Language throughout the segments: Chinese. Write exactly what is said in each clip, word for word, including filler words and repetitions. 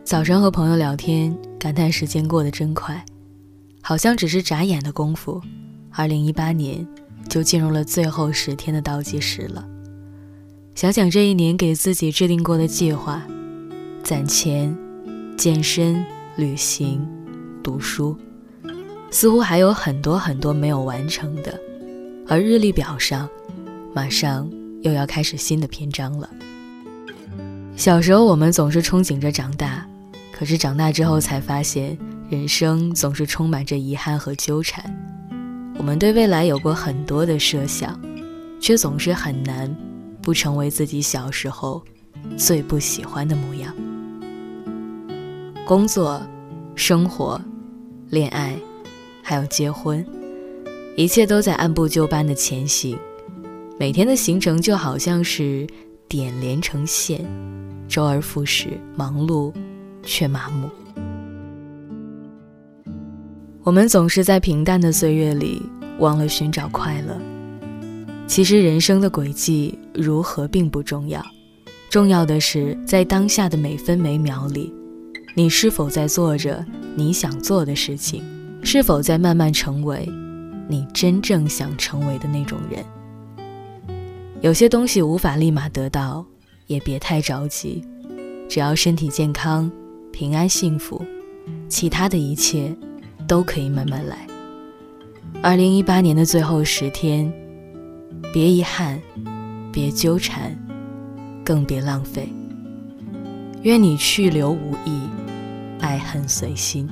早晨和朋友聊天，感叹时间过得真快，好像只是眨眼的功夫，二零一八年就进入了最后十天的倒计时了。想想这一年给自己制定过的计划，攒钱、健身、旅行、读书，似乎还有很多很多没有完成的，而日历表上马上又要开始新的篇章了。小时候我们总是憧憬着长大，可是长大之后才发现，人生总是充满着遗憾和纠缠。我们对未来有过很多的设想，却总是很难不成为自己小时候最不喜欢的模样。工作、生活、恋爱，还有结婚，一切都在按部就班的前行。每天的行程就好像是点连成线，周而复始，忙碌却麻木。我们总是在平淡的岁月里忘了寻找快乐。其实人生的轨迹如何并不重要，重要的是在当下的每分每秒里，你是否在做着你想做的事情，是否在慢慢成为你真正想成为的那种人。有些东西无法立马得到，也别太着急，只要身体健康、平安幸福，其他的一切都可以慢慢来。二零一八年的最后十天，别遗憾，别纠缠，更别浪费。愿你去留无意，爱恨随心。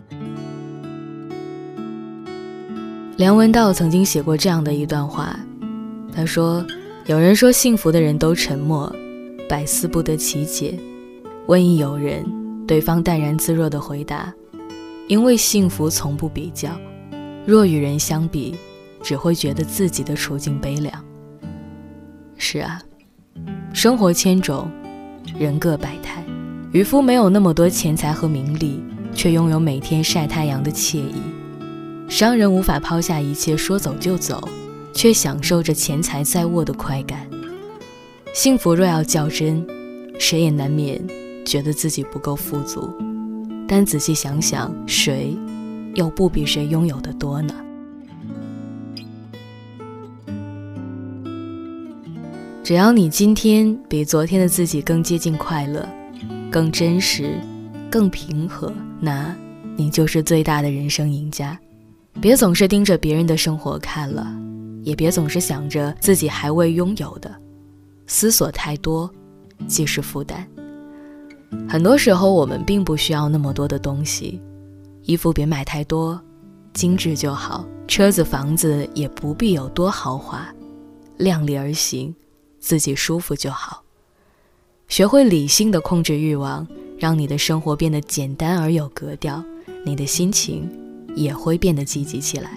梁文道曾经写过这样的一段话，他说，有人说幸福的人都沉默，百思不得其解。问一友人，对方淡然自若地回答，因为幸福从不比较，若与人相比，只会觉得自己的处境悲凉。是啊，生活千种，人各百态。渔夫没有那么多钱财和名利，却拥有每天晒太阳的惬意。商人无法抛下一切说走就走，却享受着钱财在握的快感。幸福若要较真，谁也难免觉得自己不够富足，但仔细想想，谁又不比谁拥有的多呢？只要你今天比昨天的自己更接近快乐，更真实，更平和，那你就是最大的人生赢家。别总是盯着别人的生活看了，也别总是想着自己还未拥有的，思索太多即是负担。很多时候我们并不需要那么多的东西，衣服别买太多，精致就好，车子房子也不必有多豪华，量力而行，自己舒服就好。学会理性地控制欲望，让你的生活变得简单而有格调，你的心情也会变得积极起来。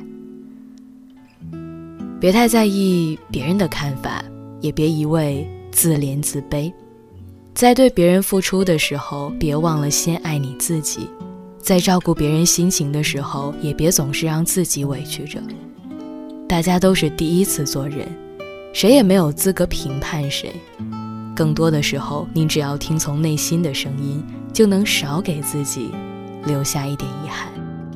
别太在意别人的看法，也别一味自怜自卑。在对别人付出的时候，别忘了先爱你自己。在照顾别人心情的时候，也别总是让自己委屈着。大家都是第一次做人，谁也没有资格评判谁。更多的时候，你只要听从内心的声音，就能少给自己留下一点遗憾。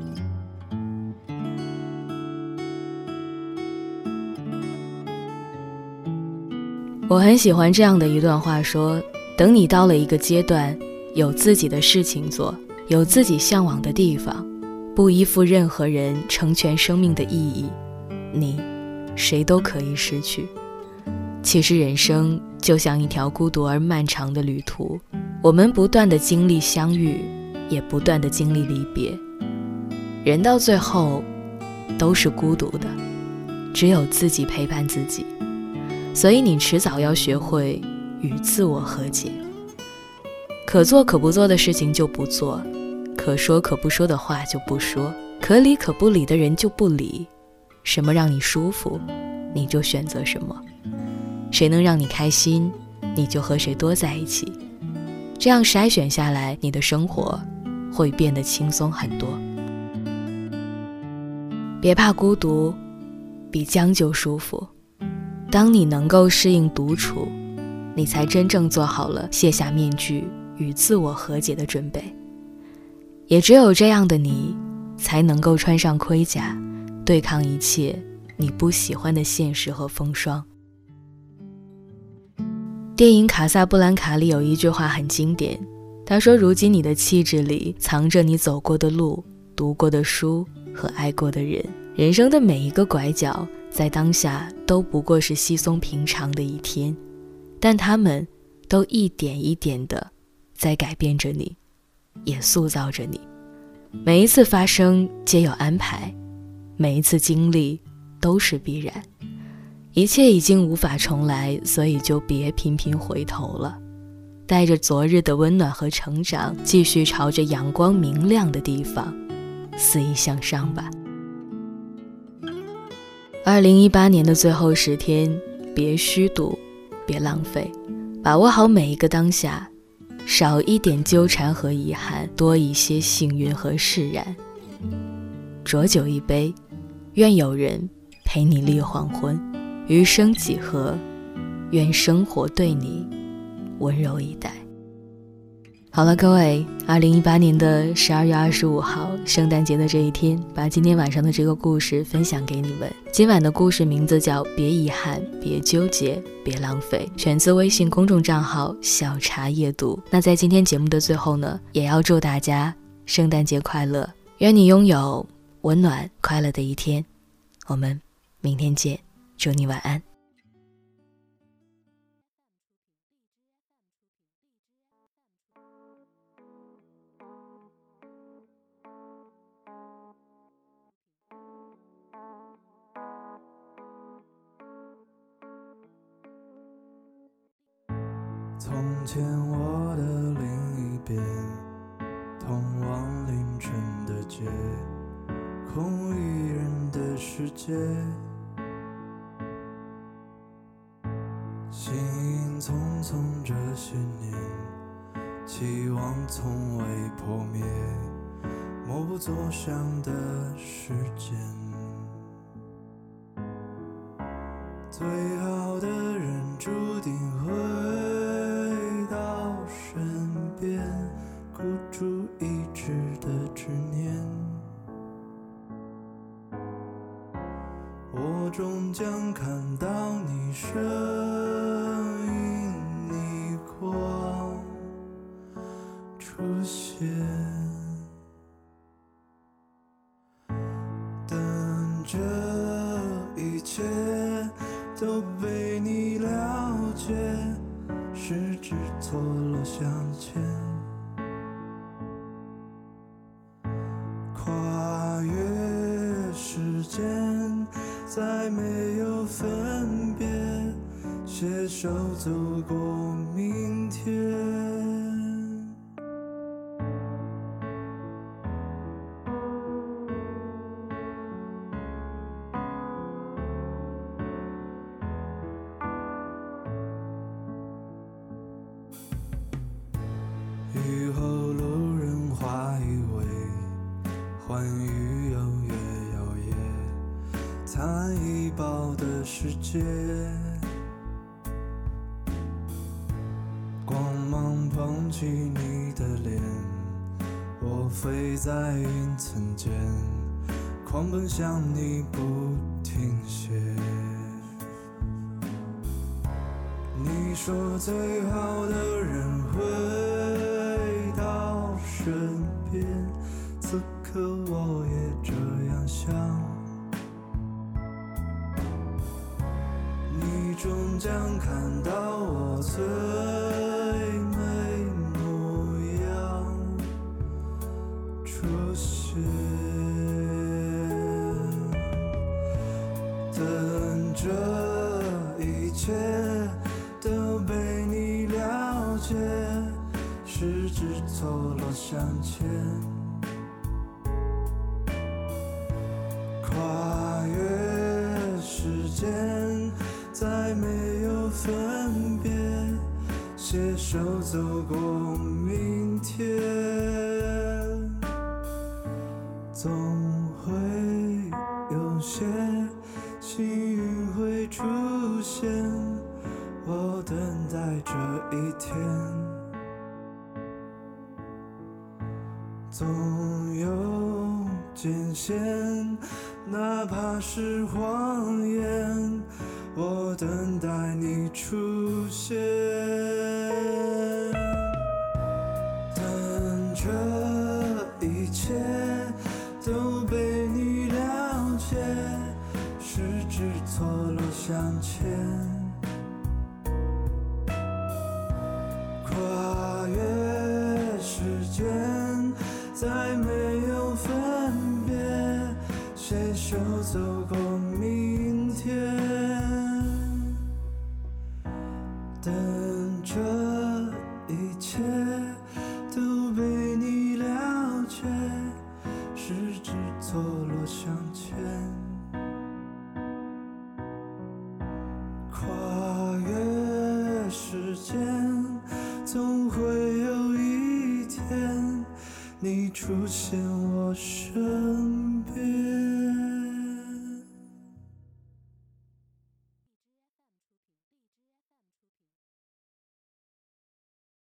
我很喜欢这样的一段话，说，等你到了一个阶段，有自己的事情做，有自己向往的地方，不依附任何人，成全生命的意义，你谁都可以失去。其实人生就像一条孤独而漫长的旅途，我们不断地经历相遇，也不断地经历离别。人到最后都是孤独的，只有自己陪伴自己。所以你迟早要学会与自我和解。可做可不做的事情就不做，可说可不说的话就不说，可理可不理的人就不理。什么让你舒服，你就选择什么。谁能让你开心，你就和谁多在一起。这样筛选下来，你的生活会变得轻松很多。别怕孤独，比将就舒服。当你能够适应独处，你才真正做好了卸下面具与自我和解的准备。也只有这样的你，才能够穿上盔甲，对抗一切你不喜欢的现实和风霜。电影《卡萨布兰卡》里有一句话很经典，他说，如今你的气质里藏着你走过的路、读过的书和爱过的人。人生的每一个拐角，在当下都不过是稀松平常的一天，但他们都一点一点地在改变着你，也塑造着你。每一次发生皆有安排，每一次经历都是必然。一切已经无法重来，所以就别频频回头了，带着昨日的温暖和成长，继续朝着阳光明亮的地方肆意向上吧。二零一八年的最后十天，别虚度，别浪费，把握好每一个当下，少一点纠缠和遗憾，多一些幸运和释然。浊酒一杯，愿有人陪你立黄昏，余生几何，愿生活对你温柔以待。好了，各位，二零一八年的十二月二十五号，圣诞节的这一天，把今天晚上的这个故事分享给你们。今晚的故事名字叫别遗憾，别纠结，别浪费，选自微信公众账号小茶夜读。那在今天节目的最后呢，也要祝大家圣诞节快乐，愿你拥有温暖快乐的一天。我们明天见，祝你晚安。 从前我的另一边，通往凌晨的街，空无一人的世界，心影匆匆这些年，期望从未破灭，默不作响的时间，最好的人注定会到身边，孤注一掷的执念，我终将看到你身影逆光出现，等这一切都被你了解，十指错落相牵，跨越时间，再没有分别，携手走过明天。雨后路人花依偎，欢愉有月摇曳，残一抱的世界，光芒捧起你的脸，我飞在云层间，狂奔向你不停歇。你说最好的人会到身边，此刻我也这样想，你终将看到我最美模样出现，等这一切都被你了解，十指错落相牵，跨越时间，再没有分别，携手走过明天，总会有些幸运会出现，我等待这一天。 总有界限，哪怕是谎言，我等待你出现，等这一切都被你了解，十指错落相牵，跨越时间，再没有分别，携手走过明天，等这一切都被你了解，十指错落相牵，跨越时间，总会有一天你出现我身边。